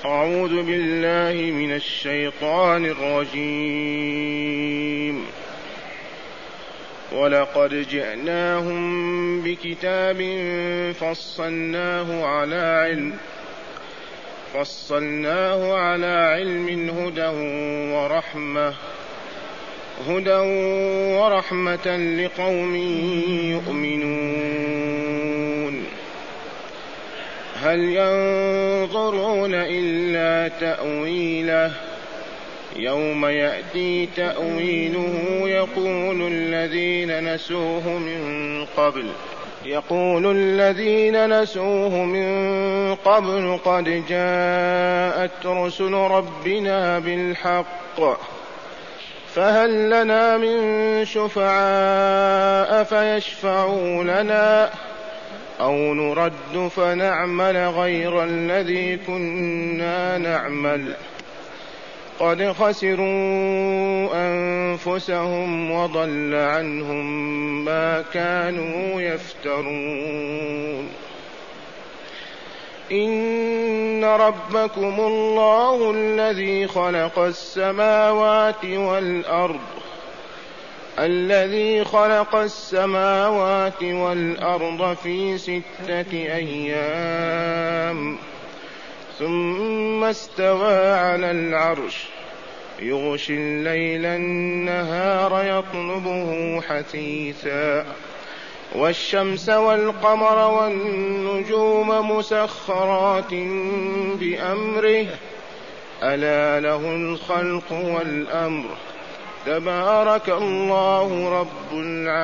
أعوذ بالله من الشيطان الرجيم. ولقد جئناهم بكتاب فصلناه على علم هدى ورحمة لقوم يؤمنون. هل ينظرون إلا تأويله يوم يأتي تأويله يقول الذين نسوه من قبل قد جاءت رسل ربنا بالحق فهل لنا من شفعاء فيشفعوا لنا أو نرد فنعمل غير الذي كنا نعمل قد خسروا أنفسهم وضل عنهم ما كانوا يفترون. إن ربكم الله الذي خلق السماوات والأرض في 6 أيام ثم استوى على العرش يغشي الليل النهار يطلبه حثيثا والشمس والقمر والنجوم مسخرات بأمره ألا له الخلق والأمر تبارك الله رب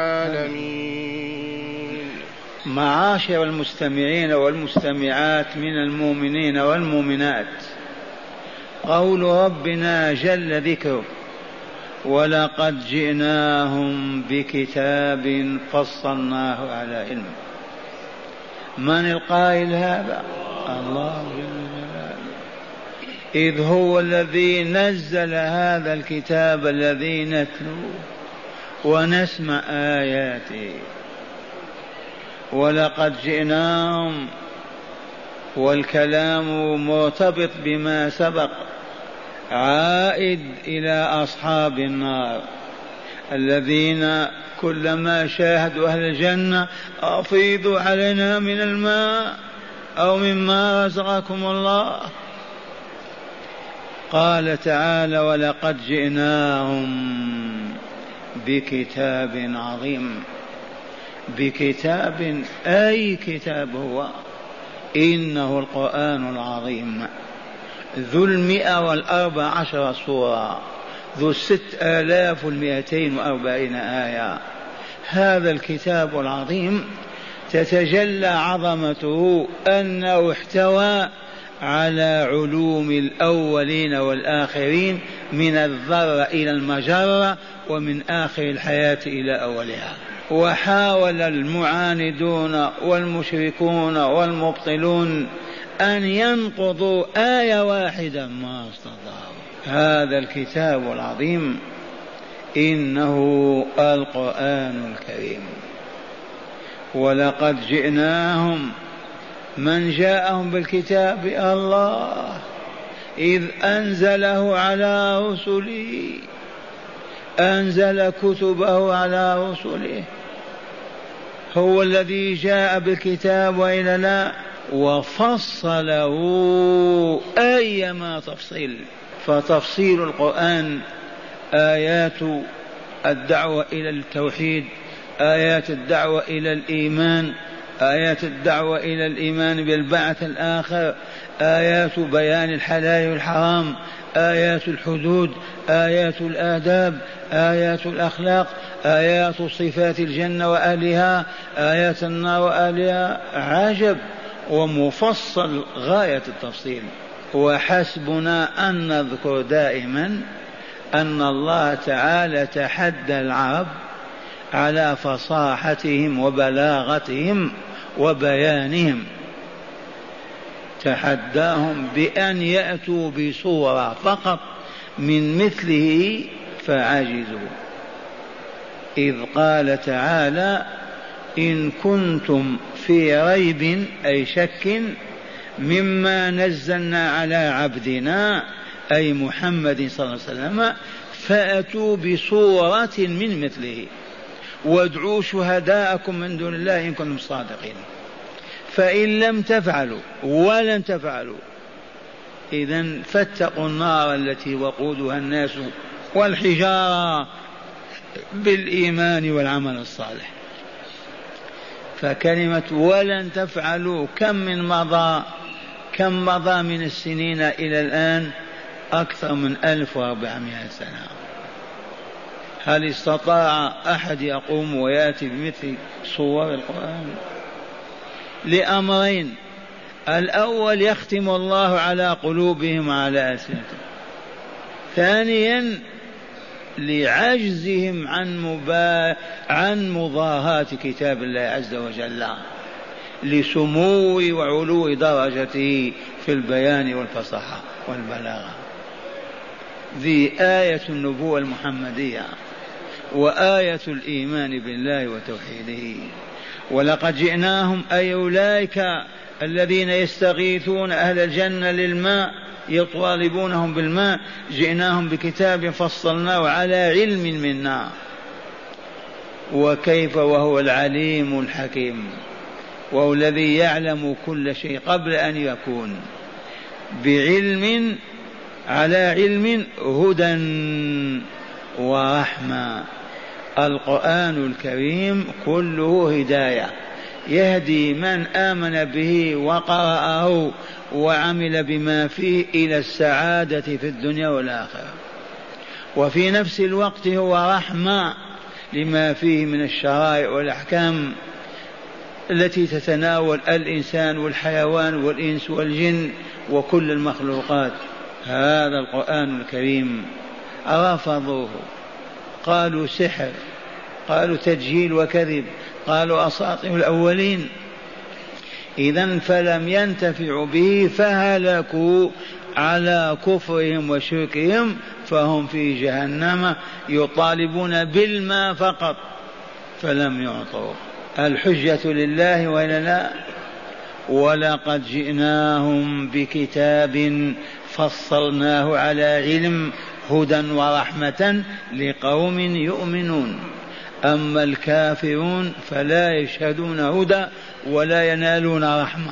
العالمين. معاشر المستمعين والمستمعات من المؤمنين والمؤمنات، قول ربنا جل ذكره ولقد جئناهم بكتاب فصلناه على علم. من القائل هذا؟ الله جل جلاله، إذ هو الذي نزل هذا الكتاب الذي نتلوه ونسمع آياته. ولقد جئناهم، والكلام مرتبط بما سبق، عائد إلى أصحاب النار الذين كلما شاهدوا أهل الجنة أفيضوا علينا من الماء أو مما رزقكم الله. قال تعالى ولقد جئناهم بكتاب عظيم. بكتاب أي كتاب هو؟ إنه القرآن العظيم ذو 114 سورة ذو 6240 آية. هذا الكتاب العظيم تتجلى عظمته أنه احتوى على علوم الأولين والآخرين من الذرة إلى المجرة ومن آخر الحياة إلى أولها. وحاول المعاندون والمشركون والمبطلون أن ينقضوا آية واحدة ما استطاعوا. هذا الكتاب العظيم إنه القرآن الكريم. ولقد جئناهم، من جاءهم بالكتاب؟ الله، إذ أنزله على رسله، أنزل كتبه على رسله، هو الذي جاء بالكتاب وإلا لا؟ وفصله أيما تفصيل. فتفصيل القرآن آيات الدعوة إلى التوحيد، آيات الدعوة إلى الإيمان، آيات الدعوة إلى الإيمان بالبعث الآخر، آيات بيان الحلال والحرام، آيات الحدود، آيات الآداب، آيات الأخلاق، آيات صفات الجنة وأهلها، آيات النار وأهلها. عجب ومفصل غاية التفصيل. وحسبنا أن نذكر دائما أن الله تعالى تحدى العرب على فصاحتهم وبلاغتهم وبيانهم، تحداهم بأن يأتوا بصورة فقط من مثله فعجزوا. إذ قال تعالى إن كنتم في ريب أي شك مما نزلنا على عبدنا أي محمد صلى الله عليه وسلم فأتوا بصورة من مثله وادعوا شهداءكم من دون الله إن كنتم صادقين. فإن لم تفعلوا ولن تفعلوا إذن فاتقوا النار التي وقودها الناس والحجارة بالإيمان والعمل الصالح. فكلمة ولن تفعلوا كم مضى من السنين إلى الآن؟ أكثر من 1400 سنة. هل استطاع أحد يقوم ويأتي بمثل صور القرآن؟ لأمرين: الأول يختم الله على قلوبهم وعلى ألسنتهم، ثانيا لعجزهم عن مضاهاة كتاب الله عز وجل لسمو وعلو درجته في البيان والفصاحة والبلاغة. ذي آية النبوة المحمدية وآية الإيمان بالله وتوحيده. ولقد جئناهم أي أولئك الذين يستغيثون أهل الجنة للماء يطالبونهم بالماء، جئناهم بكتاب فصلناه على علم منا. وكيف وهو العليم الحكيم، وهو الذي يعلم كل شيء قبل أن يكون، بعلم على علم، هدى ورحمة. القرآن الكريم كله هداية، يهدي من آمن به وقرأه وعمل بما فيه إلى السعادة في الدنيا والآخرة، وفي نفس الوقت هو رحمة لما فيه من الشرائع والأحكام التي تتناول الإنسان والحيوان والإنس والجن وكل المخلوقات. هذا القرآن الكريم رفضوه، قالوا سحر، قالوا تجهيل وكذب، قالوا أساطير الأولين. إذن فلم ينتفعوا به فهلكوا على كفرهم وشركهم، فهم في جهنم يطالبون بالماء فقط فلم يعطوا. الحجة لله وإلا لا؟ ولقد جئناهم بكتاب فصلناه على علم هدى ورحمة لقوم يؤمنون. أما الكافرون فلا يشهدون هدى ولا ينالون رحمة.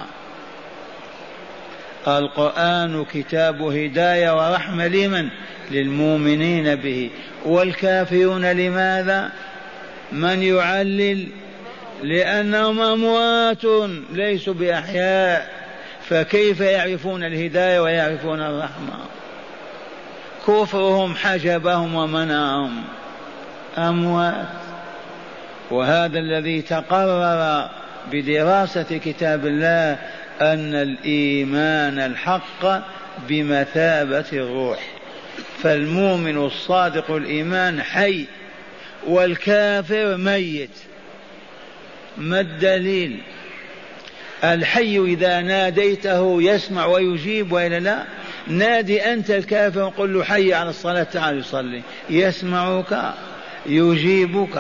القرآن كتاب هداية ورحمة لمن؟ للمؤمنين به. والكافرون لماذا؟ من يعلل؟ لأنهم أموات ليسوا بأحياء، فكيف يعرفون الهداية ويعرفون الرحمة؟ كفرهم حجبهم ومنعهم، أموات. وهذا الذي تقرر بدراسة كتاب الله أن الإيمان الحق بمثابة الروح، فالمؤمن الصادق الإيمان حي والكافر ميت. ما الدليل؟ الحي إذا ناديته يسمع ويجيب وإلا لا؟ نادي أنت الكافر وقل له حي على الصلاة تعال يصلي، يسمعك يجيبك.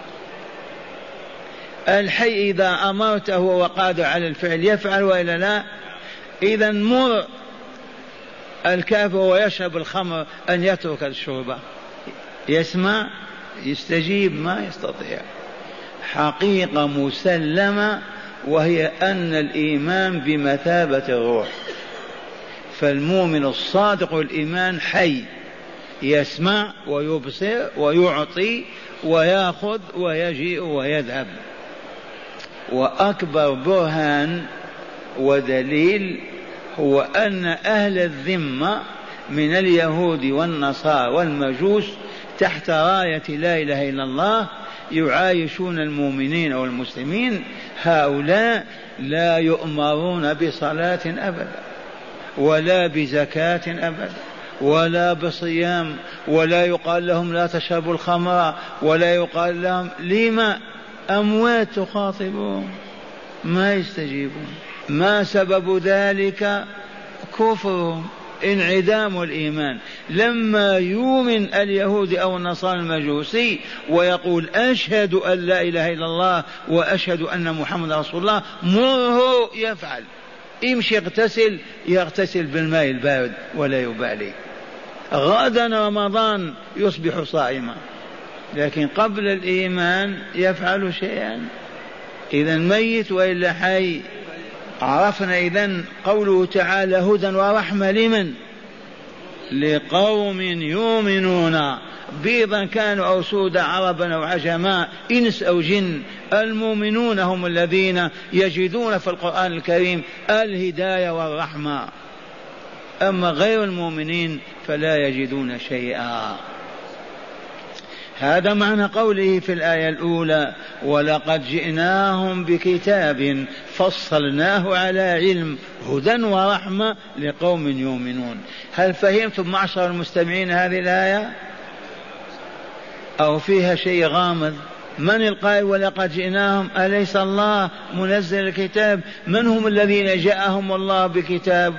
الحي إذا أمرته وقادر على الفعل يفعل وإلا لا؟ إذا مر الكافر ويشرب الخمر أن يترك الشرب، يسمع يستجيب؟ ما يستطيع. حقيقة مسلمة، وهي أن الإيمان بمثابة الروح، فالمؤمن الصادق الإيمان حي يسمع ويبصر ويعطي ويأخذ ويجيء ويذهب. وأكبر برهان ودليل هو أن أهل الذمة من اليهود والنصارى والمجوس تحت راية لا إله إلا الله يعايشون المؤمنين والمسلمين. هؤلاء لا يؤمرون بصلاة أبدا، ولا بزكاة أبدا، ولا بصيام، ولا يقال لهم لا تشربوا الخمر، ولا يقال لهم لما. أموات تخاطبون ما يستجيبون. ما سبب ذلك؟ كفرهم، انعدام الإيمان. لما يؤمن اليهود أو النصارى المجوسي ويقول أشهد أن لا إله إلا الله وأشهد أن محمد رسول الله، مره يفعل. يمشي يغتسل بالماء البارد ولا يبالي. غدا رمضان يصبح صائما، لكن قبل الإيمان يفعل شيئا. إذا ميت وإلا حي. عرفنا إذن قوله تعالى هدى ورحمة لمن؟ لقوم يؤمنون، بيضا كانوا أو سودا، عربا أو عجما، إنس أو جن. المؤمنون هم الذين يجدون في القرآن الكريم الهداية والرحمة، أما غير المؤمنين فلا يجدون شيئا. هذا معنى قوله في الآية الأولى ولقد جئناهم بكتاب فصلناه على علم هدى ورحمة لقوم يؤمنون. هل فهمتم معشر المستمعين هذه الآية أو فيها شيء غامض؟ من القائل ولقد جئناهم؟ أليس الله منزل الكتاب؟ من هم الذين جاءهم الله بكتاب؟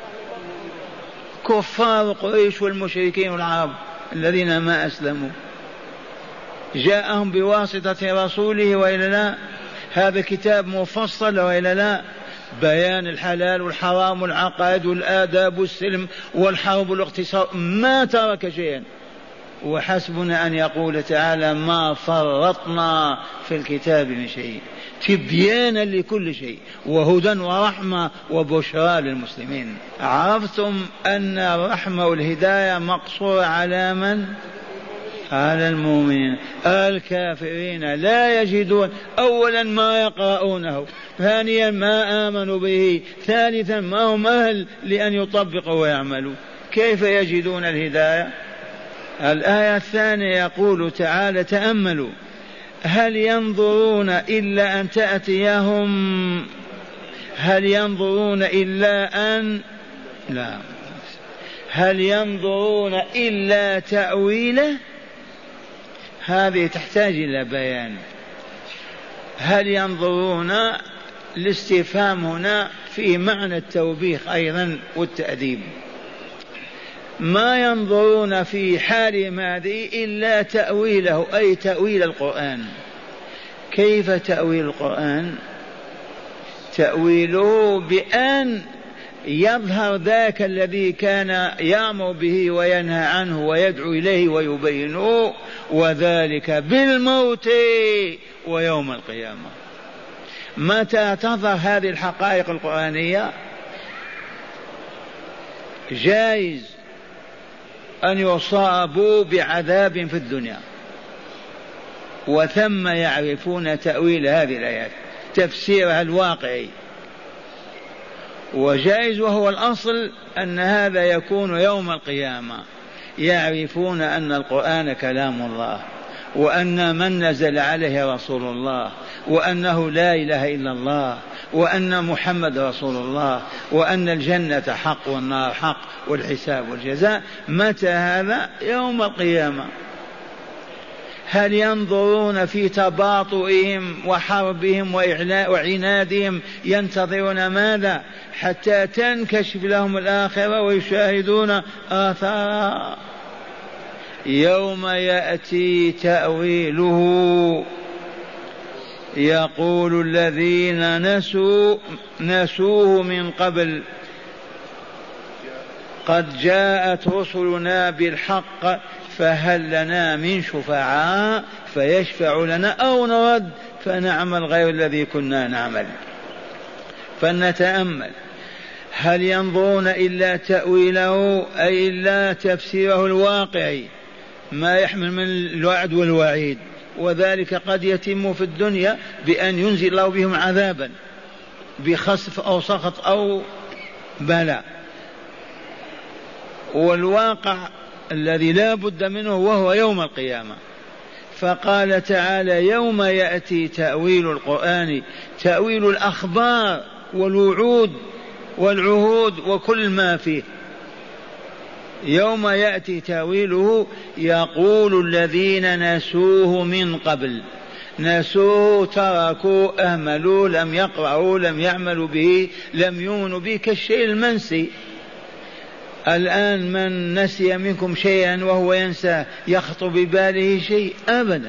كفار قريش والمشركين والعرب الذين ما أسلموا، جاءهم بواسطة رسوله وإلا لا؟ هذا كتاب مفصل وإلا لا؟ بيان الحلال والحرام والعقائد والآداب والسلم والحرب والاقتصاد، ما ترك شيئا. وحسبنا أن يقول تعالى ما فرطنا في الكتاب من شيء، تبيانا لكل شيء وهدى ورحمة وبشرى للمسلمين. عرفتم أن الرحمة والهداية مقصورة على من؟ على المؤمنين. الكافرين لا يجدون، أولا ما يقرؤونه، ثانيا ما آمنوا به، ثالثا ما هم أهل لأن يطبقوا ويعملوا. كيف يجدون الهداية؟ الآية الثانية يقول تعالى تأملوا هل ينظرون إلا أن تأتيهم، هل ينظرون إلا أن لا، هل ينظرون إلا تأويله؟ هذه تحتاج إلى بيان. هل ينظرون؟ الاستفهام هنا في معنى التوبيخ أيضا والتأديب. ما ينظرون في حال ماضي إلا تأويله، أي تأويل القرآن. كيف تأويل القرآن؟ تأويله بأن يظهر ذاك الذي كان يأمر به وينهى عنه ويدعو إليه ويبينه، وذلك بالموت ويوم القيامة. متى تظهر هذه الحقائق القرآنية؟ جائز أن يصابوا بعذاب في الدنيا وثم يعرفون تأويل هذه الآيات، تفسيرها الواقعي، وجائز وهو الأصل أن هذا يكون يوم القيامة. يعرفون أن القرآن كلام الله، وأن من نزل عليه رسول الله، وأنه لا إله إلا الله، وأن محمد رسول الله، وأن الجنة حق والنار حق والحساب والجزاء. متى هذا؟ يوم القيامة. هل ينظرون في تباطؤهم وحربهم وعنادهم؟ ينتظرون ماذا؟ حتى تنكشف لهم الآخرة ويشاهدون آثارها. يوم يأتي تأويله يقول الذين نسوه من قبل قد جاءت رسلنا بالحق فهل لنا من شفعاء فيشفع لنا أو نرد فنعمل غير الذي كنا نعمل. فلنتأمل. هل ينظرون إلا تأويله أي إلا تفسيره الواقعي ما يحمل من الوعد والوعيد، وذلك قد يتم في الدنيا بأن ينزل الله بهم عذابا بخسف أو سخط أو بلاء، والواقع الذي لا بد منه وهو يوم القيامة. فقال تعالى يوم يأتي تأويل القرآن، تأويل الأخبار والوعود والعهود وكل ما فيه. يوم يأتي تأويله يقول الذين نسوه من قبل، نسوه تركوا أهملوا لم يقرأوا لم يعملوا به لم يؤمنوا به كالشيء المنسي. الآن من نسي منكم شيئا وهو ينسى يخطر بباله شيء؟ أبدا.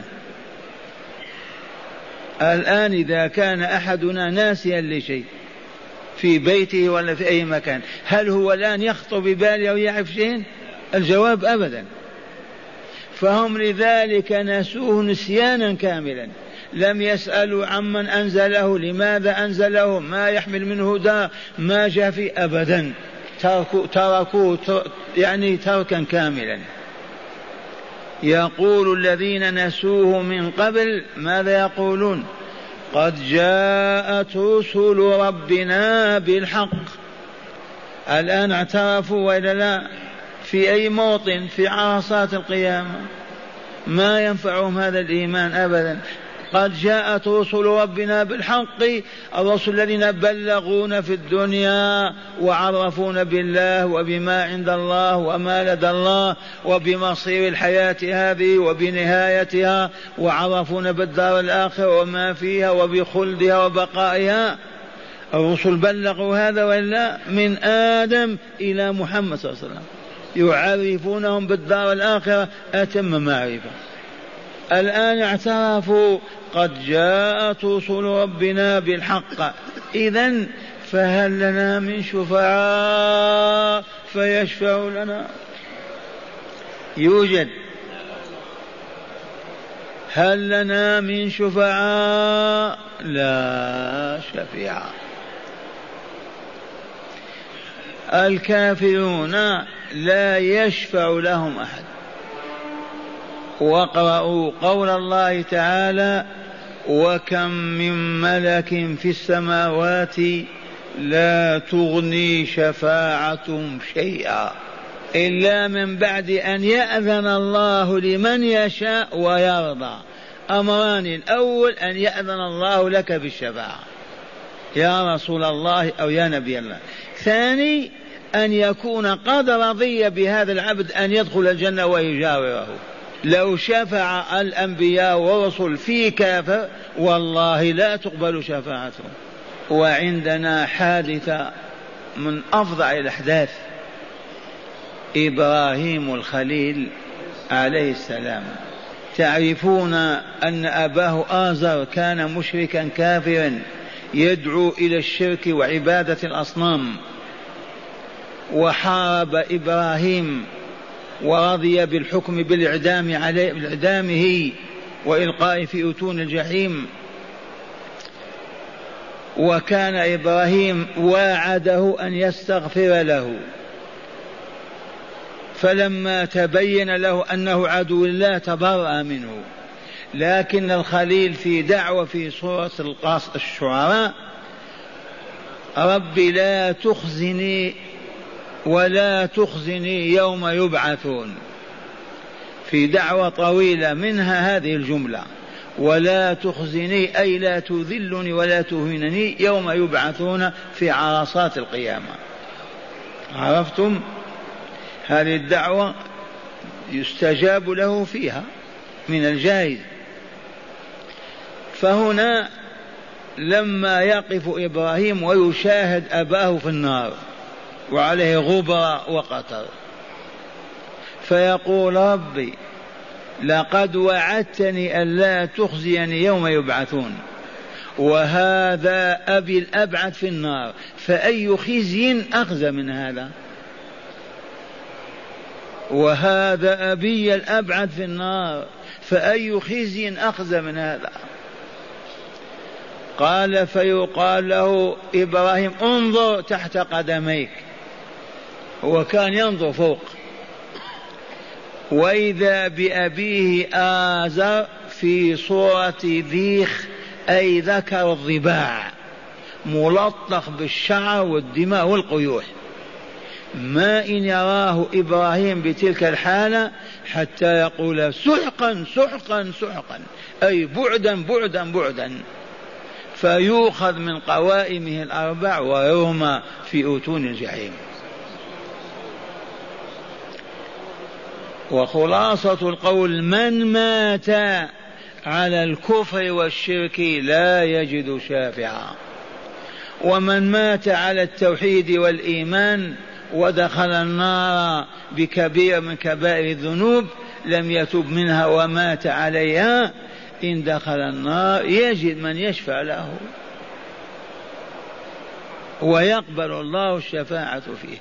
الآن إذا كان أحدنا ناسيا لشيء في بيته ولا في أي مكان، هل هو الآن يخطر بباله أو يعرف شيء؟ الجواب أبدا. فهم لذلك نسوه نسيانا كاملا، لم يسألوا عمن أنزله، لماذا أنزله، ما يحمل منه هدى، ما جاء فيه أبدا، تركوه يعني تركا كاملا. يقول الذين نسوه من قبل ماذا يقولون؟ قد جاءت رسل ربنا بالحق. الآن اعترفوا وإلا لا؟ في أي موطن؟ في عرصات القيامة. ما ينفعهم هذا الإيمان أبدا. قد جاءت رسل ربنا بالحق، الرسل الذين بلغون في الدنيا وعرفون بالله وبما عند الله وما لدى الله وبمصير الحياة هذه وبنهايتها، وعرفون بالدار الآخرة وما فيها وبخلدها وبقائها. الرسل بلغوا هذا ولا؟ من آدم إلى محمد صلى الله عليه وسلم يعرفونهم بالدار الآخرة أتم معرفة. الآن اعترفوا قد جاءت رسل ربنا بالحق، إذن فهل لنا من شفعاء فيشفعوا لنا؟ يوجد. هل لنا من شفعاء؟ لا شفيع. الكافرون لا يشفع لهم أحد. واقرأوا قول الله تعالى: وكم من ملك في السماوات لا تغني شفاعتهم شيئا إلا من بعد أن يأذن الله لمن يشاء ويرضى. أمران: الأول أن يأذن الله لك بالشفاعة يا رسول الله أو يا نبي الله. ثاني أن يكون قد رضي بهذا العبد أن يدخل الجنة ويجاوره. لو شفع الأنبياء والرسل في كافر والله لا تقبل شفاعتهم. وعندنا حادثة من أفظع الأحداث: إبراهيم الخليل عليه السلام. تعرفون أن أباه آزر كان مشركا كافرا يدعو إلى الشرك وعبادة الأصنام، وحارب إبراهيم ورضي بالحكم بالإعدامه وإلقاء في أتون الجحيم. وكان إبراهيم واعده أن يستغفر له، فلما تبين له أنه عدو الله تبرأ منه. لكن الخليل في دعوة في سورة الشعراء: رب لا تخزني ولا تخزني يوم يبعثون، في دعوة طويلة منها هذه الجملة: ولا تخزني أي لا تذلني ولا تهينني يوم يبعثون في عرصات القيامة. عرفتم؟ هذه الدعوة يستجاب له فيها من الجائز. فهنا لما يقف إبراهيم ويشاهد أباه في النار وعليه غبرة وقطر، فيقول: ربي لقد وعدتني ألا تخزيني يوم يبعثون، وهذا أبي الأبعد في النار، فأي خزي أخزى من هذا؟ وهذا أبي الأبعد في النار، فأي خزي أخزى من هذا؟ قال: فيقال له: إبراهيم انظر تحت قدميك. هو كان ينظر فوق، وإذا بأبيه آزر في صورة ذيخ أي ذكر الضباع ملطخ بالشعر والدماء والقيوح. ما إن يراه إبراهيم بتلك الحالة حتى يقول: سحقا سحقا سحقا، أي بعدا بعدا بعدا، فيؤخذ من قوائمه الأربع ويرمى في أتون الجحيم. وخلاصة القول: من مات على الكفر والشرك لا يجد شافعا، ومن مات على التوحيد والإيمان ودخل النار بكبير من كبائر الذنوب لم يتب منها ومات عليها، إن دخل النار يجد من يشفع له. ويقبل الله الشفاعة فيه.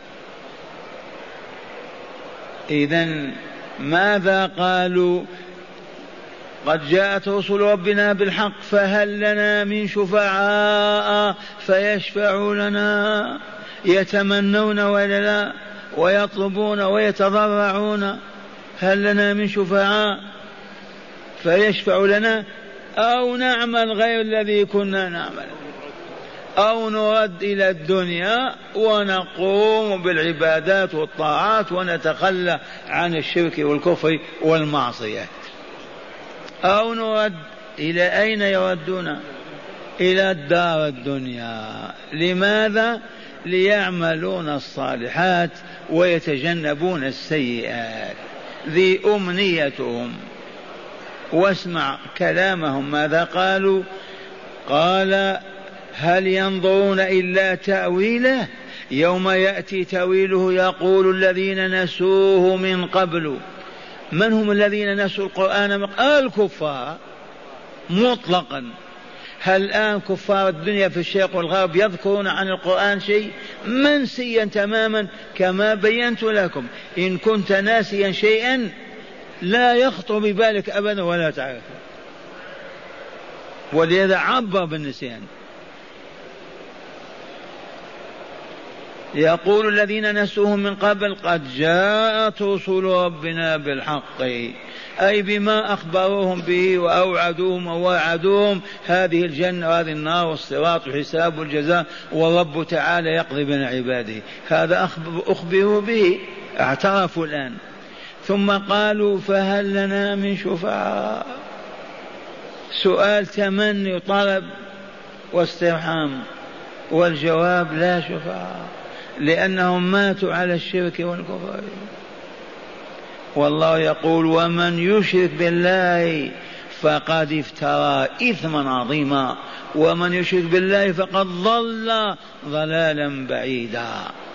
إذن ماذا قالوا؟ قد جاءت رسل ربنا بالحق فهل لنا من شفعاء فيشفعوا لنا؟ يتمنون ولا لا، ويطلبون ويتضرعون، هل لنا من شفعاء فيشفعوا لنا أو نعمل غير الذي كنا نعمل أو نرد إلى الدنيا ونقوم بالعبادات والطاعات ونتخلى عن الشرك والكفر والمعصية، أو نرد إلى أين يردون؟ إلى الدار الدنيا. لماذا؟ ليعملون الصالحات ويتجنبون السيئات، ذي أمنيتهم. واسمع كلامهم ماذا قالوا؟ قال هل ينظرون إلا تأويله، يوم يأتي تأويله يقول الذين نسوه من قبل. من هم الذين نسوا القرآن؟ الكفار مطلقا. هل الآن كفار الدنيا في الشرق والغرب يذكرون عن القرآن شيء؟ منسيا تماما، كما بينت لكم. إن كنت ناسيا شيئا لا يخطر ببالك أبدا ولا تعرفه، ولذا عبر بالنسيان. يقول الذين نسوه من قبل قد جاءت رسل ربنا بالحق، أي بما أخبروهم به وأوعدوهم ووعدوهم هذه الجنة وهذه النار والصراط والحساب والجزاء، والرب تعالى يقضي بين عباده. هذا أخبروا به، اعترفوا الآن. ثم قالوا فهل لنا من شفعاء؟ سؤال تمني طلب واسترحام، والجواب لا شفعاء، لأنهم ماتوا على الشرك والكفر. والله يقول ومن يشرك بالله فقد افترى إثما عظيما، ومن يشرك بالله فقد ضل ضلالا بعيدا.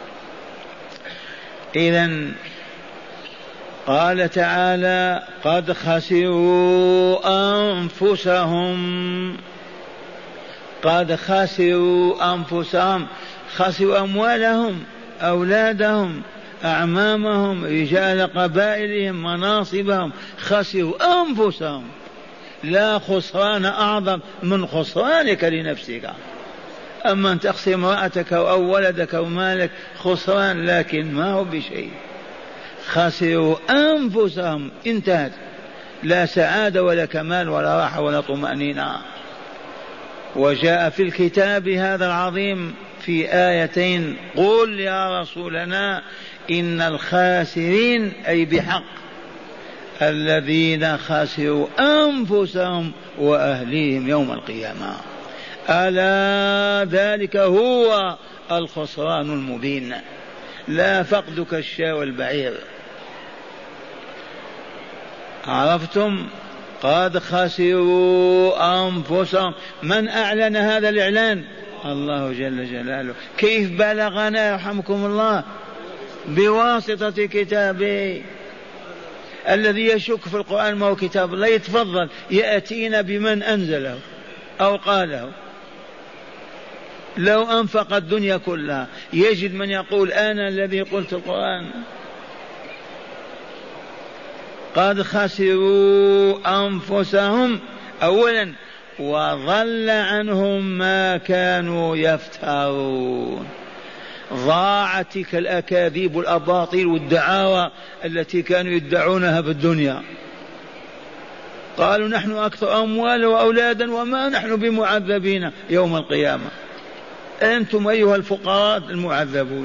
إذن قال تعالى قد خسروا أنفسهم، قد خسروا أنفسهم، خسروا أموالهم، أولادهم، أعمامهم، رجال قبائلهم، مناصبهم، خسروا أنفسهم. لا خسران أعظم من خسرانك لنفسك. أما أن تخسر امرأتك أو ولدك أو مالك خسران، لكن ما هو بشيء. خسروا أنفسهم، انتهت، لا سعادة ولا كمال ولا راحة ولا طمأنينة. وجاء في الكتاب هذا العظيم في آيتين قل يا رسولنا إن الخاسرين أي بحق الذين خسروا أنفسهم وأهليهم يوم القيامة، ألا ذلك هو الخسران المبين، لا فقدك الشاة والبعير. عرفتم؟ قد خسروا أنفسهم. من أعلن هذا الإعلان؟ الله جل جلاله. كيف بلغنا يرحمكم الله؟ بواسطة كتابه. الذي يشك في القرآن ما هو كتاب الله يتفضل يأتينا بمن أنزله أو قاله. لو أنفق الدنيا كلها يجد من يقول أنا الذي قلت القرآن. قد خسروا أنفسهم أولا، وضل عنهم ما كانوا يفترون. ضاعت تلك الأكاذيب والأباطيل والدعاوى التي كانوا يدعونها في الدنيا. قالوا نحن أكثر أموالا وأولادا وما نحن بمعذبين يوم القيامة. أنتم أيها الفقراء المعذبون.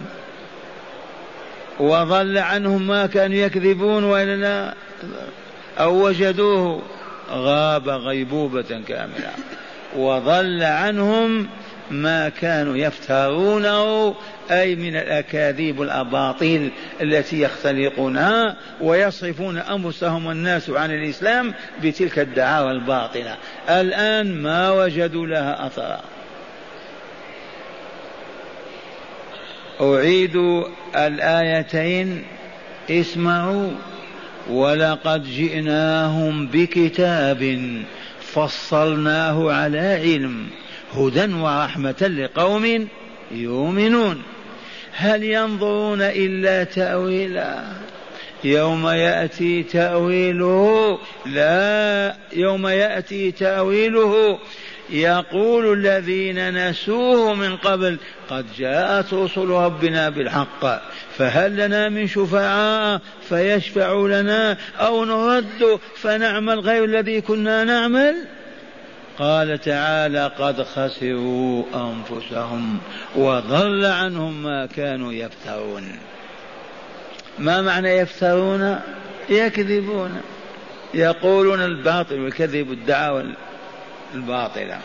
وضل عنهم ما كانوا يكذبون وإلا أو وجدوه غاب غيبوبة كاملة. وضل عنهم ما كانوا يفترونه، أي من الأكاذيب والأباطيل التي يختلقونها ويصرفون أنفسهم والناس عن الإسلام بتلك الدعاوى الباطلة. الآن ما وجدوا لها أثرا. أعيد الآيتين، اسمعوا. ولقد جئناهم بكتاب فصلناه على علم هدى ورحمة لقوم يؤمنون. هل ينظرون إلا تأويلا؟ يوم يأتي تأويله، لا، يوم يأتي تأويله يقول الذين نسوه من قبل قد جاءت رسل ربنا بالحق فهل لنا من شفعاء فيشفعوا لنا أو نرد فنعمل غير الذي كنا نعمل. قال تعالى قد خسروا أنفسهم وضل عنهم ما كانوا يفترون. ما معنى يفترون؟ يكذبون، يقولون الباطل والكذب الدعوة الباطلة.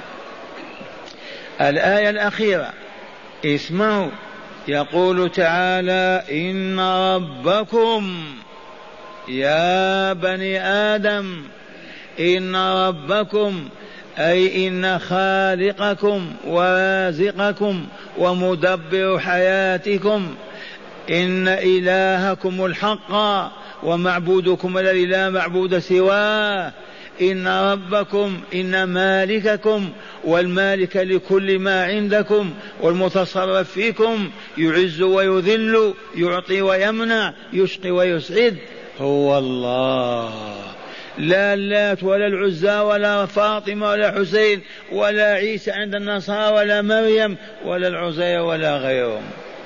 الآية الأخيرة اسمعوا، يقول تعالى إن ربكم يا بني آدم، إن ربكم أي إن خالقكم ورازقكم ومدبر حياتكم، إن إلهكم الحق ومعبودكم الذي لا معبود سواه، إن ربكم إن مالككم والمالك لكل ما عندكم والمتصرف فيكم يعز ويذل يعطي ويمنع يشقي ويسعد هو الله، لا اللات ولا العزى ولا فاطمة ولا حسين ولا عيسى عند النصارى ولا مريم ولا العزير ولا غيرهم.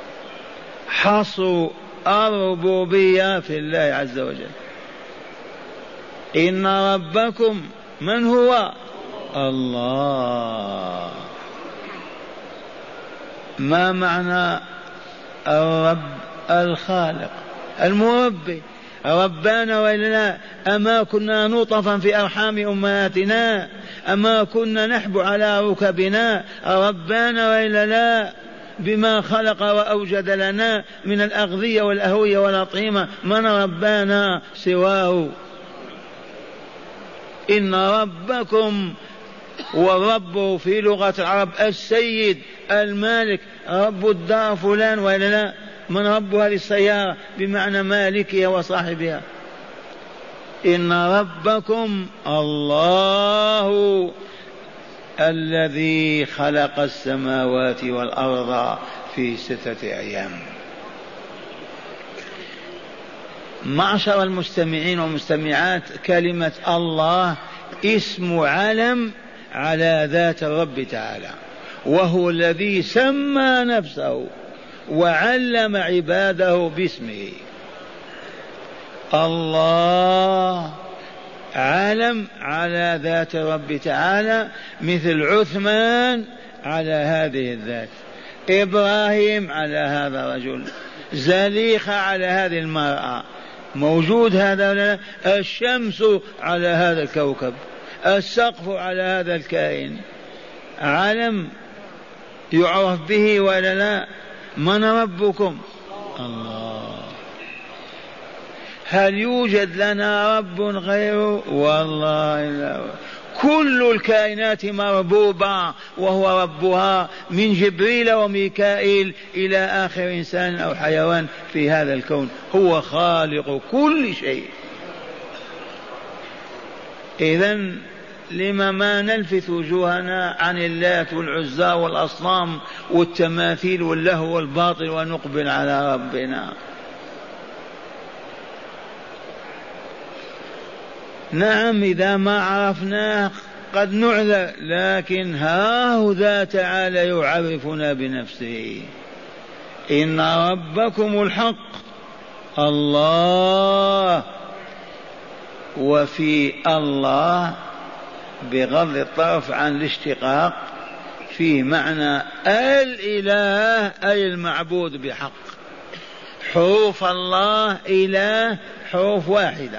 حصر الربوبية في الله عز وجل. إن ربكم من هو؟ الله. ما معنى الرب؟ الخالق المربي، ربنا وإلنا. أما كنا نطفا في أرحام أمهاتنا؟ أما كنا نحب على ركبنا؟ ربنا وإلا لا؟ بما خلق وأوجد لنا من الأغذية والأهوية والأطعمة من ربنا سواه؟ إن ربكم، والرب في لغة العرب السيد المالك، رب الدار فلان ولا لا؟ من رب هذه السيارة؟ بمعنى مالكها وصاحبها. إن ربكم الله الذي خلق السماوات والأرض في 6 أيام. معشر المستمعين والمستمعات، كلمة الله اسم علم على ذات الرب تعالى، وهو الذي سمى نفسه وعلم عباده باسمه. الله علم على ذات الرب تعالى، مثل عثمان على هذه الذات، إبراهيم على هذا الرجل، زليخة على هذه المرأة، موجود هذا، الشمس على هذا الكوكب، السقف على هذا الكائن، علم يعرف به ولا لا؟ من ربكم؟ الله. هل يوجد لنا رب غيره؟ والله لا. كل الكائنات مربوبة وهو ربها، من جبريل وميكائيل إلى آخر إنسان أو حيوان في هذا الكون، هو خالق كل شيء. إذن لما ما نلفت وجوهنا عن اللات والعزى والأصنام والتماثيل واللهو والباطل ونقبل على ربنا؟ نعم إذا ما عرفناه قد نعذر، لكن هاهذا تعالى يعرفنا بنفسه. إن ربكم الحق الله. وفي الله بغض الطرف عن الاشتقاق في معنى الإله أي المعبود بحق. حروف الله إله حروف واحدة،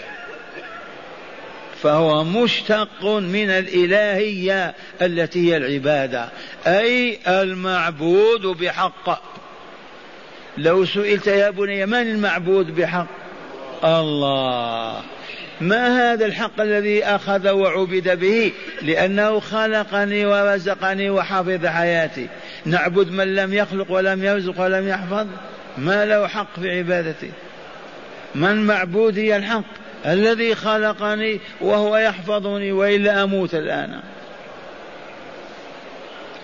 فهو مشتق من الإلهية التي هي العبادة، أي المعبود بحق. لو سئلت يا بني من المعبود بحق؟ الله. ما هذا الحق الذي أخذ وعبد به؟ لأنه خلقني ورزقني وحفظ حياتي. نعبد من لم يخلق ولم يرزق ولم يحفظ؟ ما له حق في عبادته. من معبودي الحق؟ الذي خلقني وهو يحفظني وإلا أموت الآن.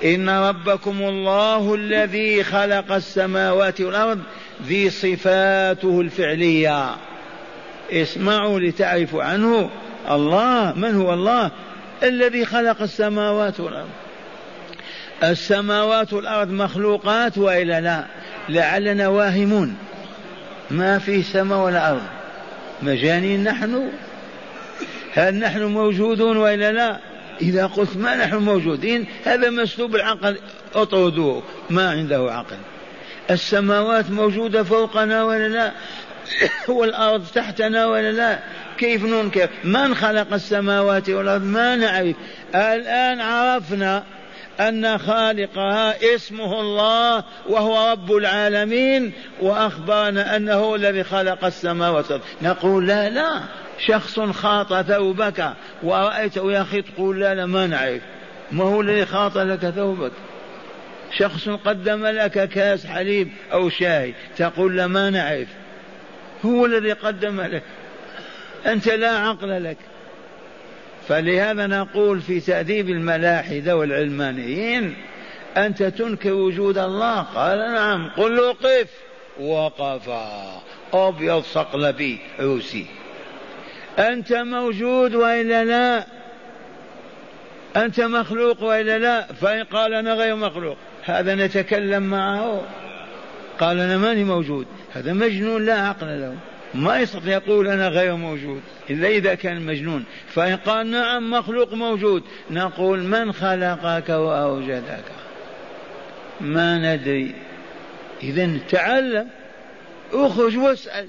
إن ربكم الله الذي خلق السماوات والأرض ذي صفاته الفعلية. اسمعوا لتعرفوا عنه. الله من هو؟ الله الذي خلق السماوات والأرض. السماوات والأرض مخلوقات وإلا لا؟ لعلنا واهمون، ما في سماء ولا أرض، مجانين نحن. هل نحن موجودون وإلا لا؟ إذا قلت ما نحن موجودين هذا مسلوب العقل، اطردوه، ما عنده عقل. السماوات موجودة فوقنا ولا لا؟ والأرض تحتنا ولا لا؟ كيف ننكر؟ من خلق السماوات والأرض؟ ما نعرف. الآن عرفنا أن خالقها اسمه الله وهو رب العالمين، وأخبرنا أنه الذي خلق السماوات والأرض. نقول لا، شخص خاط ثوبك ورأيته يخيط، تقول لا ما نعرف. ما هو الذي خاط لك ثوبك؟ شخص قدم لك كاس حليب أو شاي، تقول لا ما نعرف. هو الذي قدم لك، أنت لا عقل لك. فلهذا نقول في تأديب الملاحدة والعلمانيين: أنت تنكر وجود الله؟ قال نعم. قل له قف، وقف أبيض صقلبي روسي. أنت موجود وإلا لا؟ أنت مخلوق وإلا لا؟ فإن قال أنا غير مخلوق، هذا نتكلم معه. قال أنا ماني موجود، هذا مجنون لا عقل له، ما يستطيع يقول أنا غير موجود إلا إذا كان مجنون. فإن قال نعم مخلوق موجود، نقول من خلقك وأوجدك؟ ما ندري. إذن تعلم، اخرج واسأل،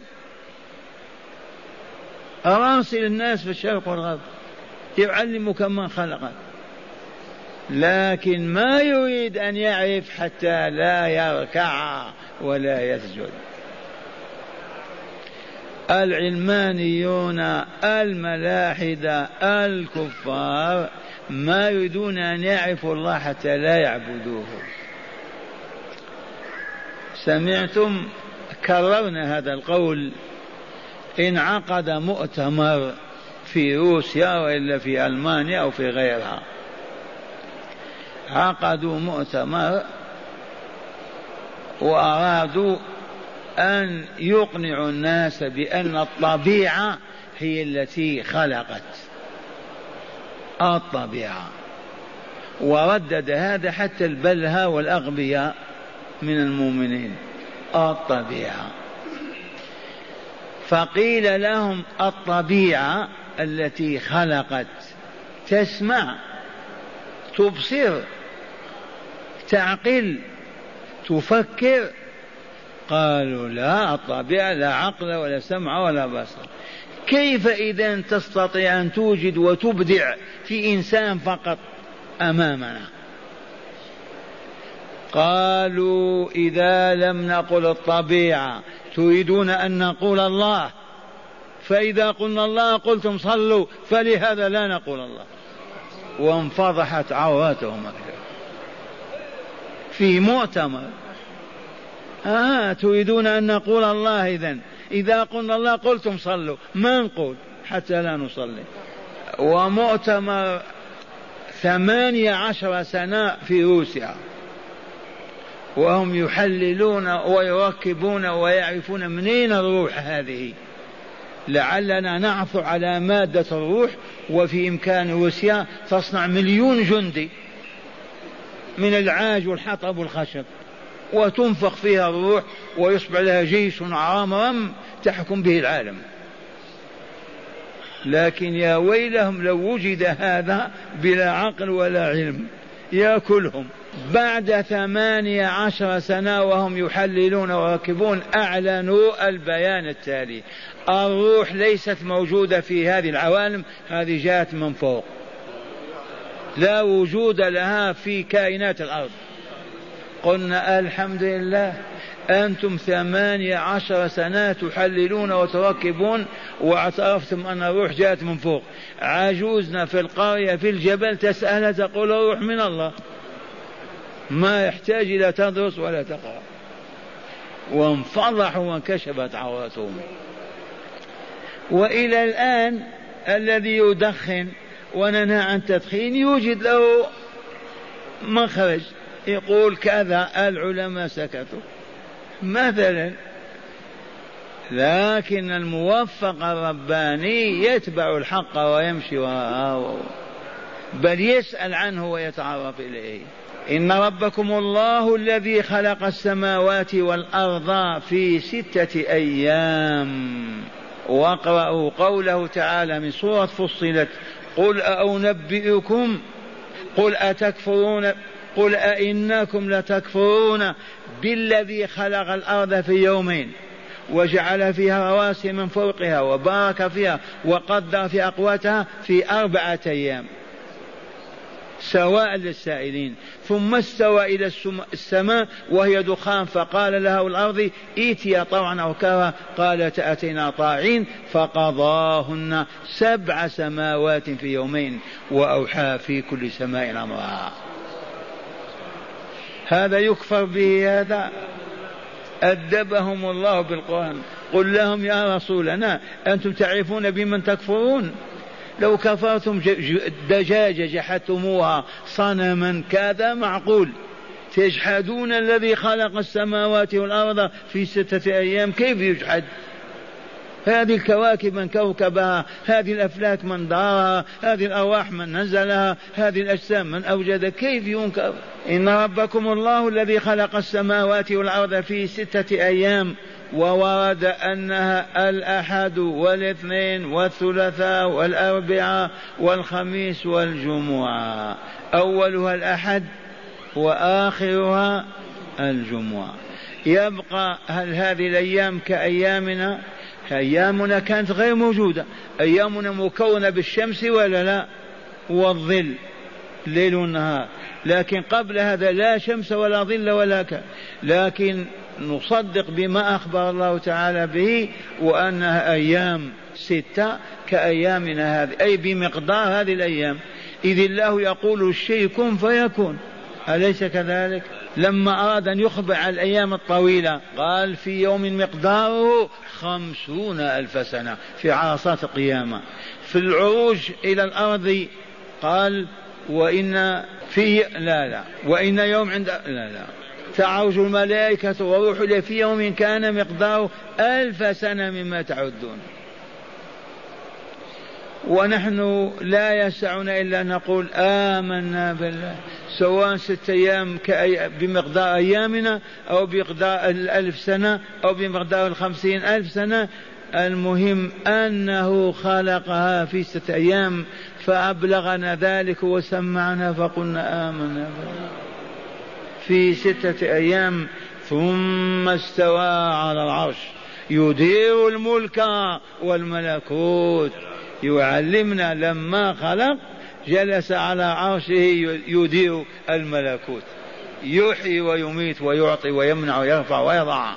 أراسل الناس في الشرق والغرب يعلمك من خلقك. لكن ما يريد أن يعرف حتى لا يركع ولا يسجد. العلمانيون الملاحدة الكفار ما يريدون أن يعرفوا الله حتى لا يعبدوه. سمعتم كررنا هذا القول. انعقد مؤتمر في روسيا وإلا في ألمانيا أو في غيرها، عقدوا مؤتمر وأرادوا أن يقنعوا الناس بأن الطبيعة هي التي خلقت الطبيعة، وردد هذا حتى البلهى والأغبياء من المؤمنين. الطبيعة، فقيل لهم الطبيعة التي خلقت تسمع، تبصر، تعقل، تفكر. قالوا لا، الطبيعة لا عقل ولا سمع ولا بصر. كيف إذن تستطيع أن توجد وتبدع في إنسان فقط أمامنا؟ قالوا إذا لم نقل الطبيعة تريدون أن نقول الله، فإذا قلنا الله قلتم صلوا، فلهذا لا نقول الله. وانفضحت عوراتهم في مؤتمر. تريدون أن نقول الله، إذا قلنا الله قلتم صلوا، ما نقول حتى لا نصلي. ومؤتمر 18 سنة في روسيا، وهم يحللون ويركبون ويعرفون منين الروح هذه. لعلنا نعثر على مادة الروح، وفي إمكان روسيا تصنع 1,000,000 جندي من العاج والحطب والخشب، وتنفخ فيها الروح ويصبح لها جيش عامرا تحكم به العالم. لكن يا ويلهم لو وجد هذا بلا عقل ولا علم يأكلهم. بعد 18 سنة وهم يحللون ويركبون أعلنوا البيان التالي: الروح ليست موجودة في هذه العوالم، هذه جاءت من فوق، لا وجود لها في كائنات الأرض. قلنا الحمد لله، أنتم 18 سنة تحللون وتركبون واعترفتم أن الروح جاءت من فوق. عجوزنا في القرية في الجبل تسأل تقول الروح من الله، ما يحتاج إلى تدرس ولا تقرأ. وانفضحوا وانكشفت عورتهم. وإلى الآن الذي يدخن وننهى عن التدخين يوجد له مخرج يقول كذا، العلماء سكتوا مثلا. لكن الموفق الرباني يتبع الحق ويمشي وراءه، بل يسأل عنه ويتعرف إليه. إن ربكم الله الذي خلق السماوات والأرض في 6 أيام. واقرأوا قوله تعالى من سورة فصلت: قل أنبئكم قل أتكفرون قل أئنكم لتكفرون بالذي خلق الأرض في يومين وجعل فيها رواسي من فوقها وبارك فيها وقدر في أقواتها في 4 أيام سواء للسائلين. ثم استوى إلى السماء وهي دخان فقال لها والأرض ائتيا طوعا أو كرها قالت أتينا طاعين فقضاهن 7 سماوات في يومين وأوحى في كل سماء أمرها. هذا يكفر به؟ هذا أدبهم الله بالقرآن. قل لهم يا رسولنا أنتم تعرفون بمن تكفرون؟ لو كفرتم دجاجة جحدتموها، صنما كذا معقول، تجحدون الذي خلق السماوات والأرض في 6 أيام، كيف يجحد؟ هذه الكواكب من كوكبها، هذه الأفلاك من دارها، هذه الأرواح من نزلها، هذه الأجسام من أوجد، كيف ينكر؟ إن ربكم الله الذي خلق السماوات والأرض في 6 أيام. وورد أنها الأحد والاثنين والثلاثاء والأربعاء والخميس والجمعة، أولها الأحد وآخرها الجمعة. يبقى هل هذه الأيام كأيامنا؟ أيامنا كانت غير موجودة، أيامنا مكونة بالشمس ولا لا، والظل ليل والنهار، لكن قبل هذا لا شمس ولا ظل ولا لكن نصدق بما أخبر الله تعالى به وأنها أيام 6 كأيامنا هذه، أي بمقدار هذه الأيام. إذ الله يقول الشيء كن فيكون، أليس كذلك؟ لما أراد أن يخبر عن الأيام الطويلة قال في يوم مقداره 50,000 سنة في عرصات القيامة. في العروج إلى الأرض قال وإن فيه وإن يوم عند تعرج الملائكة وروح إليه في يوم كان مقداره 1000 سنة مما تعدون. ونحن لا يسعنا إلا أن نقول آمنا بالله، سواء 6 أيام بمقدار أيامنا أو بمقدار 1000 سنة أو بمقدار 50,000 سنة، المهم أنه خلقها في 6 أيام فأبلغنا ذلك وسمعنا فقلنا آمنا بالله في 6 أيام. ثم استوى على العرش يدير الملك والملكوت. يعلمنا لما خلق جلس على عرشه يدير الملكوت، يحيي ويميت ويعطي ويمنع ويرفع ويضع.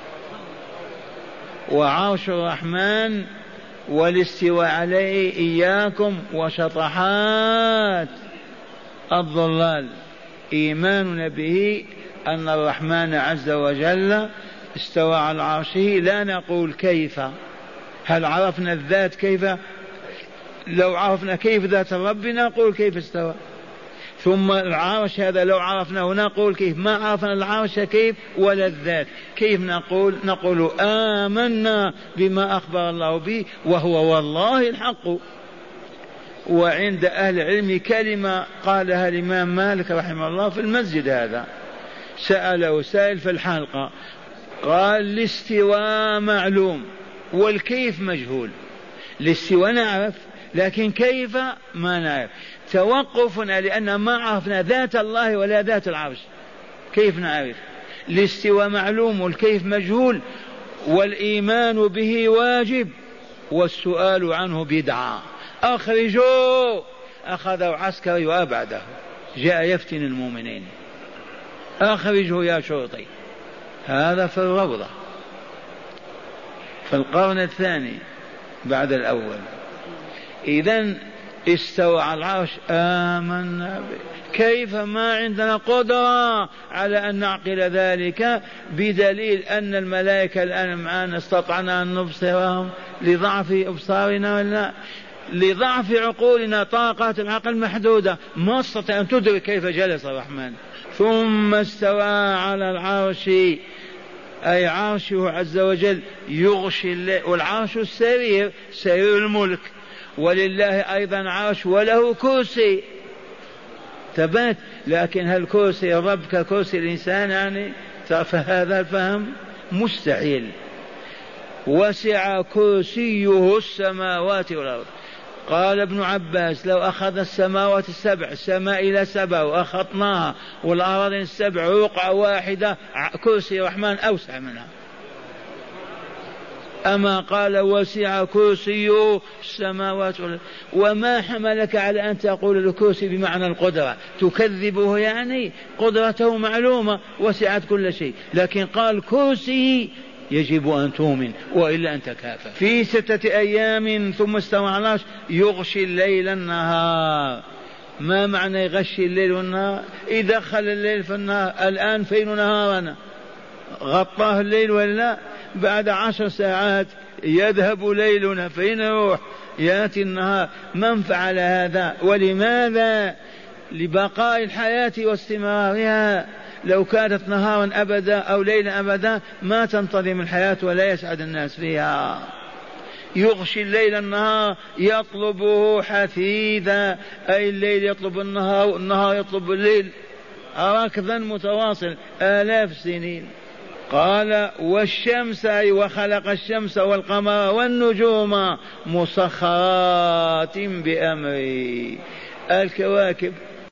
وعرش الرحمن والاستواء عليه إياكم وشطحات الضلال إيماننا به أن الرحمن عز وجل استوى على عرشه. لا نقول كيف، هل عرفنا الذات كيف؟ لو عرفنا كيف ذات الرب نقول كيف استوى. ثم العرش هذا لو عرفناه نقول كيف. ما عرفنا العرش كيف ولا الذات كيف نقول آمنا بما أخبر الله به وهو والله الحق. وعند أهل العلم كلمة قالها الإمام مالك رحمه الله في المسجد هذا، سأله سائل في الحلقة قال الاستواء معلوم والكيف مجهول. الاستواء نعرف لكن كيف ما نعرف. توقفنا لأن ما عرفنا ذات الله ولا ذات العرش، كيف نعرف؟ الاستواء معلوم والكيف مجهول، والإيمان به واجب والسؤال عنه بدعة. أخرجوا، أخذوا عسكري وأبعده، جاء يفتن المؤمنين، أخرجوا يا شرطي. هذا في الروضة في القرن الثاني بعد الأول. إذن استوى على العرش آمنا به. كيف؟ ما عندنا قدرة على أن نعقل ذلك، بدليل أن الملائكة الآن معنا استطعنا أن نبصرهم لضعف أبصارنا ولا لضعف عقولنا، طاقات العقل محدودة، ما استطيع أن تدرك كيف جلس الرحمن. ثم استوى على العرش، أي عرشه عز وجل يغشي الليل، والعرش السرير، سرير الملك، ولله أيضا عرش وله كرسي ثبات. لكن هل كرسي الرب ككرسي الإنسان؟ يعني فهذا الفهم مستحيل. وسع كرسيه السماوات والأرض. قال ابن عباس لو أخذ السماوات السبع، السماء إلى سبع وأخطناها، والأرض السبع رقعة واحدة، كرسي الرحمن أوسع منها. أما قال وسع كرسيه السماوات والأرض. وما حملك على أن تقول الكرسي بمعنى القدرة؟ تكذبه يعني؟ قدرته معلومة وسعت كل شيء، لكن قال كرسي يجب أن تؤمن وإلا أن تكافر. في 6 أيام ثم استوى على العرش يغشي الليل النهار. ما معنى يغشي الليل والنهار؟ إذا دخل الليل في النهار. الآن فين نهارنا؟ غطاه الليل ولا؟ بعد 10 ساعات يذهب ليلنا، فين يروح؟ يأتي النهار. من فعل هذا؟ ولماذا؟ لبقاء الحياة واستمرارها. لو كانت نهارا أبدا أو ليلا أبدا ما تنتظم الحياة ولا يسعد الناس فيها. يغشي الليل النهار يطلبه حثيثا، أي الليل يطلب النهار والنهار يطلب الليل، ركضا متواصل 1000 السنين. قال والشمس، أي وخلق الشمس والقمر والنجوم مسخرات بأمره. الكواكب